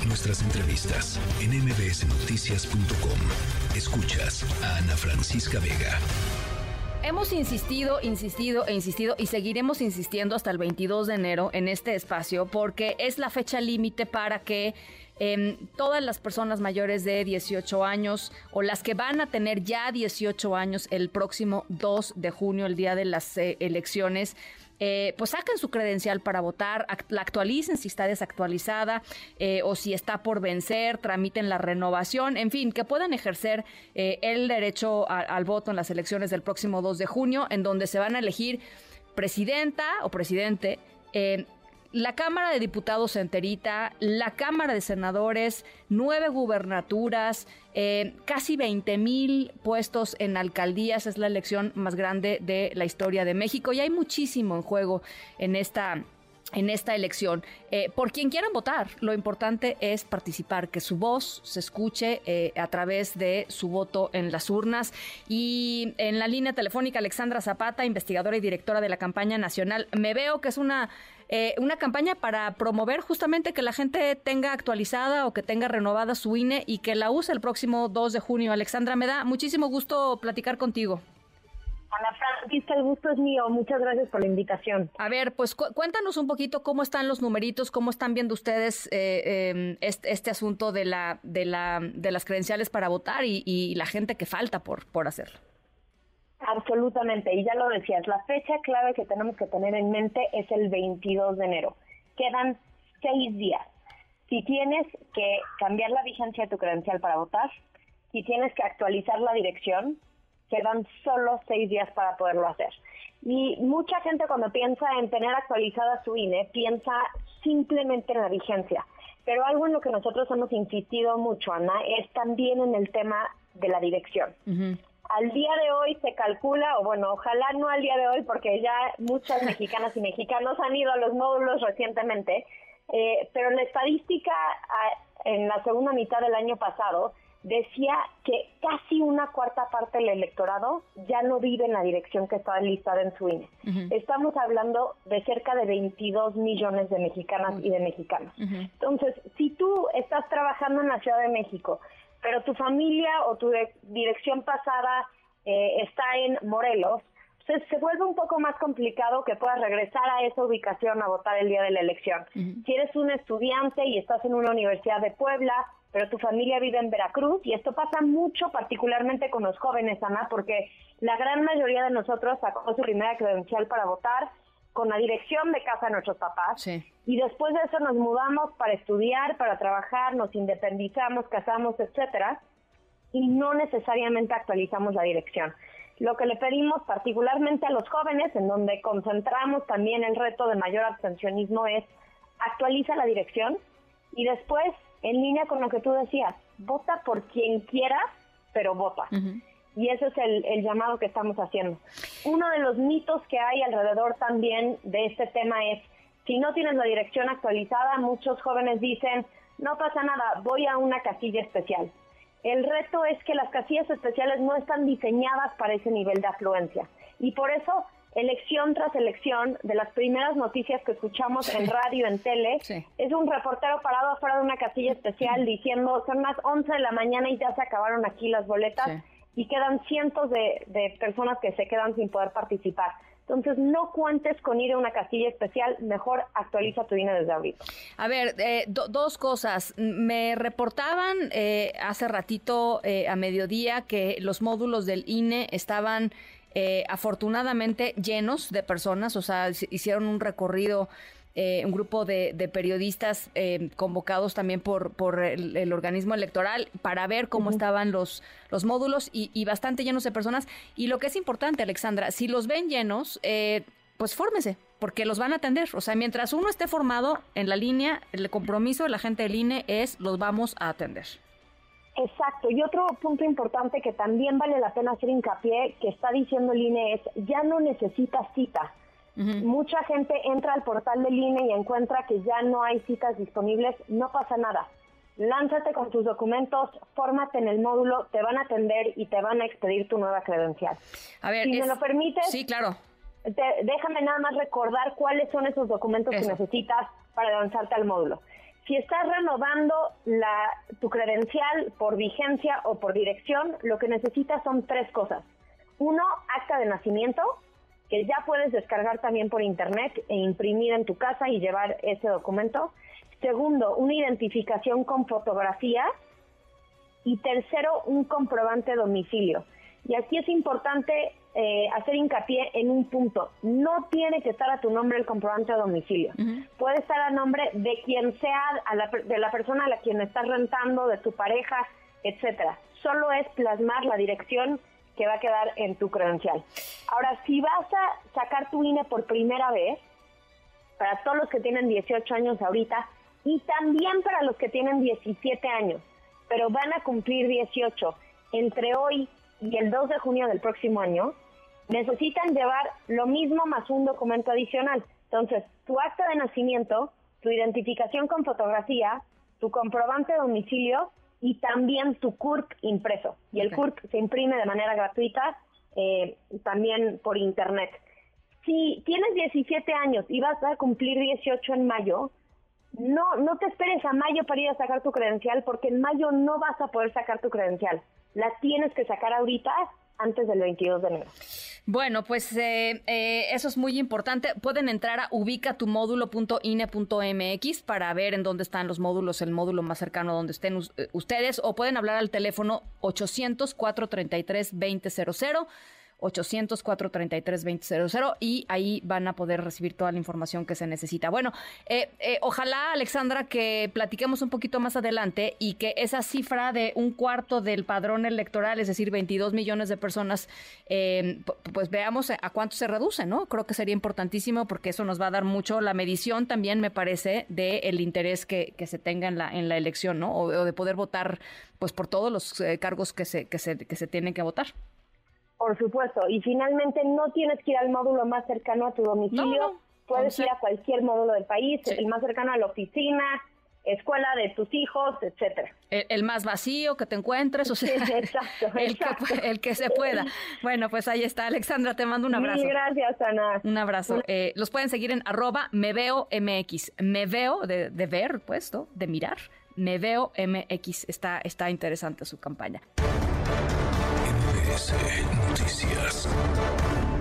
nuestras entrevistas en mbsnoticias.com. Escuchas a Ana Francisca Vega. Hemos insistido y seguiremos insistiendo hasta el 22 de enero en este espacio porque es la fecha límite para que todas las personas mayores de 18 años o las que van a tener ya 18 años el próximo 2 de junio, el día de las elecciones, pues saquen su credencial para votar, la actualicen si está desactualizada o si está por vencer, tramiten la renovación, en fin, que puedan ejercer el derecho al voto en las elecciones del próximo 2 de junio, en donde se van a elegir presidenta o presidente, la Cámara de Diputados enterita, la Cámara de Senadores, 9 gubernaturas, casi 20,000 puestos en alcaldías. Es la elección más grande de la historia de México y hay muchísimo en juego en esta elección. Por quien quieran votar, lo importante es participar, que su voz se escuche a través de su voto en las urnas. Y en la línea telefónica, Alexandra Zapata, investigadora y directora de la campaña nacional Me Veo, que es una campaña para promover justamente que la gente tenga actualizada o que tenga renovada su INE y que la use el próximo 2 de junio. Alexandra, me da muchísimo gusto platicar contigo. Ana Francisca, el gusto es mío. Muchas gracias por la invitación. A ver, pues cuéntanos un poquito cómo están los numeritos, cómo están viendo ustedes este asunto de las credenciales para votar y la gente que falta por hacerlo. Absolutamente, y ya lo decías, la fecha clave que tenemos que tener en mente es el 22 de enero. Quedan 6 días. Si tienes que cambiar la vigencia de tu credencial para votar, si tienes que actualizar la dirección, quedan solo 6 días para poderlo hacer. Y mucha gente cuando piensa en tener actualizada su INE, piensa simplemente en la vigencia. Pero algo en lo que nosotros hemos insistido mucho, Ana, es también en el tema de la dirección. Uh-huh. Al día de hoy se calcula, o bueno, ojalá no al día de hoy, porque ya muchas mexicanas y mexicanos han ido a los módulos recientemente, pero la estadística en la segunda mitad del año pasado decía que casi una cuarta parte del electorado ya no vive en la dirección que estaba listada en su INE. Uh-huh. Estamos hablando de cerca de 22 millones de mexicanas y de mexicanos. Uh-huh. Entonces, si tú estás trabajando en la Ciudad de México, pero tu familia o tu dirección pasada está en Morelos, pues se vuelve un poco más complicado que puedas regresar a esa ubicación a votar el día de la elección. Uh-huh. Si eres un estudiante y estás en una universidad de Puebla, pero tu familia vive en Veracruz, y esto pasa mucho particularmente con los jóvenes, Ana, porque la gran mayoría de nosotros sacó su primera credencial para votar con la dirección de casa de nuestros papás, sí. Y después de eso nos mudamos para estudiar, para trabajar, nos independizamos, casamos, etcétera, y no necesariamente actualizamos la dirección. Lo que le pedimos particularmente a los jóvenes, en donde concentramos también el reto de mayor abstencionismo, es actualiza la dirección y después, en línea con lo que tú decías, vota por quien quieras, pero vota. Uh-huh. Y ese es el llamado que estamos haciendo. Uno de los mitos que hay alrededor también de este tema es, si no tienes la dirección actualizada, muchos jóvenes dicen, no pasa nada, voy a una casilla especial. El reto es que las casillas especiales no están diseñadas para ese nivel de afluencia. Y por eso, elección tras elección, de las primeras noticias que escuchamos en radio, en tele, sí. Es un reportero parado afuera de una casilla especial diciendo, son las 11 de la mañana y ya se acabaron aquí las boletas, sí. Y quedan cientos de personas que se quedan sin poder participar. Entonces, no cuentes con ir a una casilla especial, mejor actualiza tu INE desde ahorita. A ver, dos cosas. Me reportaban hace ratito a mediodía que los módulos del INE estaban afortunadamente llenos de personas, o sea, hicieron un recorrido, un grupo de periodistas convocados también por el organismo electoral para ver cómo estaban los módulos y bastante llenos de personas. Y lo que es importante, Alexandra, si los ven llenos, pues fórmese, porque los van a atender. O sea, mientras uno esté formado en la línea, el compromiso de la gente del INE es los vamos a atender. Exacto, y otro punto importante que también vale la pena hacer hincapié, que está diciendo el INE, es ya no necesitas cita. Uh-huh. Mucha gente entra al portal del INE y encuentra que ya no hay citas disponibles, no pasa nada. Lánzate con tus documentos, fórmate en el módulo, te van a atender y te van a expedir tu nueva credencial. A ver, si me lo permites, sí, claro. Déjame nada más recordar cuáles son esos documentos que necesitas para lanzarte al módulo. Si estás renovando tu credencial por vigencia o por dirección, lo que necesitas son 3 cosas. 1, acta de nacimiento, que ya puedes descargar también por internet e imprimir en tu casa y llevar ese documento. 2, una identificación con fotografía. Y 3, un comprobante de domicilio. Y aquí es importante hacer hincapié en un punto. No tiene que estar a tu nombre el comprobante de domicilio. Uh-huh. Puede estar a nombre de quien sea, de la persona a la quien estás rentando, de tu pareja, etcétera. Solo es plasmar la dirección que va a quedar en tu credencial. Ahora, si vas a sacar tu INE por primera vez, para todos los que tienen 18 años ahorita, y también para los que tienen 17 años, pero van a cumplir 18 entre hoy y el 2 de junio del próximo año, necesitan llevar lo mismo más un documento adicional. Entonces, tu acta de nacimiento, tu identificación con fotografía, tu comprobante de domicilio y también tu CURP impreso. Y el CURP se imprime de manera gratuita, también por internet. Si tienes 17 años y vas a cumplir 18 en mayo, no te esperes a mayo para ir a sacar tu credencial, porque en mayo no vas a poder sacar tu credencial. La tienes que sacar ahorita, antes del 22 de enero. Bueno, pues eso es muy importante. Pueden entrar a ubicatumódulo.ine.mx para ver en dónde están los módulos, el módulo más cercano donde estén ustedes, o pueden hablar al teléfono 800-433-2000, 800-433-2000, y ahí van a poder recibir toda la información que se necesita. Bueno, ojalá, Alexandra, que platiquemos un poquito más adelante y que esa cifra de 1/4 del padrón electoral, es decir, 22 millones de personas, pues veamos a cuánto se reduce, ¿no? Creo que sería importantísimo, porque eso nos va a dar mucho la medición también, me parece, del interés que se tenga en la elección, ¿no? O de poder votar pues por todos los cargos que se tienen que votar. Por supuesto, y finalmente no tienes que ir al módulo más cercano a tu domicilio, puedes ir a cualquier módulo del país, el más cercano a la oficina, escuela de tus hijos, etcétera. El más vacío que te encuentres, o sea, exacto. El que se pueda. Bueno, pues ahí está, Alexandra, te mando un abrazo. Mil gracias, Ana. Un abrazo. Los pueden seguir en @meveomx. Me veo de ver, pues, ¿no? De mirar. Me veo MX. Está interesante su campaña. MBS Noticias.